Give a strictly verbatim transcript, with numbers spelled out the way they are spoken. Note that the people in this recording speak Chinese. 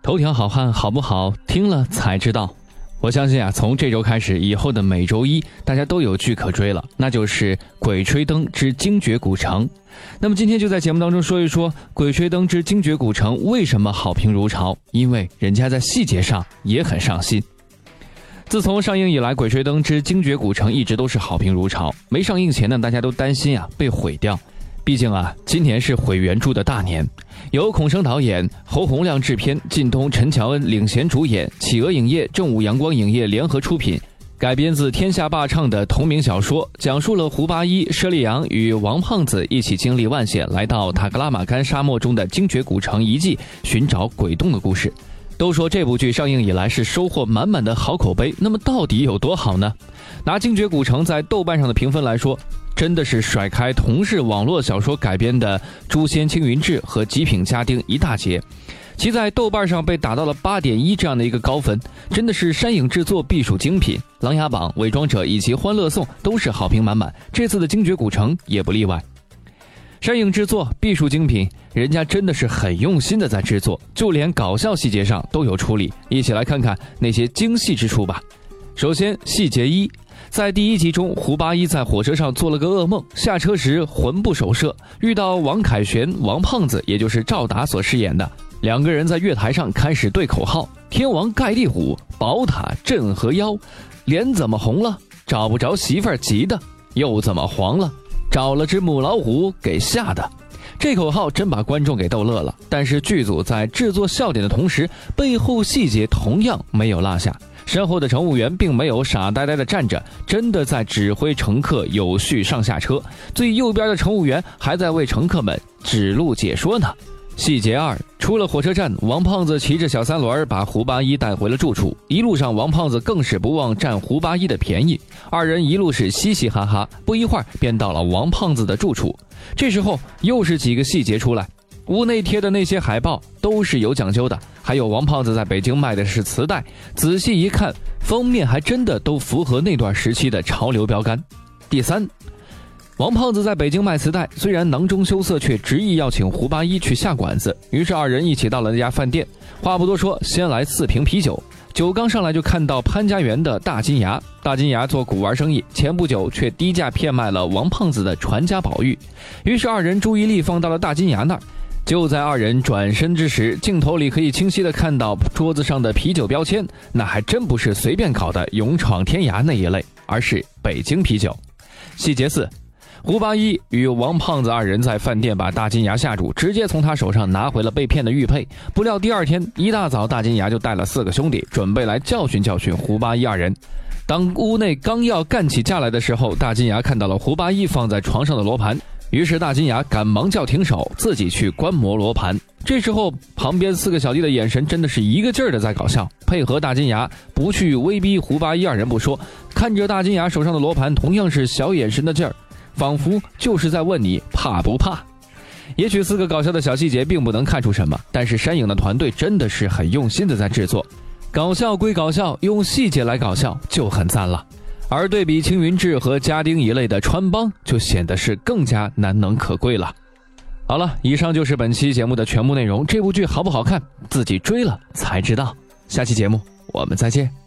头条好汉好不好，听了才知道。我相信啊，从这周开始，以后的每周一大家都有剧可追了，那就是《鬼吹灯之精绝古城》。那么今天就在节目当中说一说《鬼吹灯之精绝古城》为什么好评如潮，因为人家在细节上也很上心。自从上映以来，《鬼吹灯之精绝古城》一直都是好评如潮。没上映前呢，大家都担心啊被毁掉。毕竟啊，今年是毁原著的大年，由孔生导演、侯洪亮制片、靳东、陈乔恩领衔主演，企鹅影业、正午阳光影业联合出品，改编自天下霸唱的同名小说，讲述了胡八一、佘丽阳与王胖子一起经历万险，来到塔克拉玛干沙漠中的精绝古城遗迹，寻找鬼洞的故事。都说这部剧上映以来是收获满满的好口碑，那么到底有多好呢？拿精绝古城在豆瓣上的评分来说，真的是甩开同是网络小说改编的《诛仙青云志》和《极品家丁》一大截，其在豆瓣上被打到了 八点一 这样的一个高分，真的是山影制作必属精品。琅琊榜、伪装者以及欢乐颂都是好评满满，这次的精绝古城也不例外。山影制作必属精品，人家真的是很用心的在制作，就连搞笑细节上都有处理。一起来看看那些精细之处吧。首先，细节一，在第一集中，胡八一在火车上做了个噩梦，下车时魂不守舍，遇到王凯旋、王胖子，也就是赵达所饰演的，两个人在月台上开始对口号：天王盖地虎，宝塔镇河妖，脸怎么红了？找不着媳妇儿急的，又怎么黄了？找了只母老虎给吓的。这口号真把观众给逗乐了，但是剧组在制作笑点的同时，背后细节同样没有落下。身后的乘务员并没有傻呆呆的站着，真的在指挥乘客有序上下车，最右边的乘务员还在为乘客们指路解说呢。细节二，出了火车站，王胖子骑着小三轮把胡八一带回了住处，一路上王胖子更是不忘占胡八一的便宜，二人一路是嘻嘻哈哈，不一会儿便到了王胖子的住处。这时候又是几个细节出来，屋内贴的那些海报都是有讲究的，还有王胖子在北京卖的是磁带，仔细一看，封面还真的都符合那段时期的潮流标杆。第三，王胖子在北京卖磁带，虽然囊中羞涩，却执意要请胡八一去下馆子，于是二人一起到了那家饭店。话不多说，先来四瓶啤酒。酒刚上来就看到潘家园的大金牙，大金牙做古玩生意，前不久却低价骗卖了王胖子的传家宝玉，于是二人注意力放到了大金牙那儿。就在二人转身之时，镜头里可以清晰地看到桌子上的啤酒标签，那还真不是随便搞的勇闯天涯那一类，而是北京啤酒。细节四，胡八一与王胖子二人在饭店把大金牙吓住，直接从他手上拿回了被骗的玉佩。不料第二天一大早，大金牙就带了四个兄弟，准备来教训教训胡八一二人。当屋内刚要干起架来的时候，大金牙看到了胡八一放在床上的罗盘，于是大金牙赶忙叫停手，自己去观摩罗盘。这时候旁边四个小弟的眼神真的是一个劲儿的在搞笑，配合大金牙不去威逼胡八一二人不说，看着大金牙手上的罗盘同样是小眼神的劲儿，仿佛就是在问你怕不怕。也许四个搞笑的小细节并不能看出什么，但是山影的团队真的是很用心的在制作，搞笑归搞笑，用细节来搞笑就很赞了。而对比青云志和家丁一类的穿帮，就显得是更加难能可贵了。好了，以上就是本期节目的全部内容。这部剧好不好看，自己追了才知道。下期节目我们再见。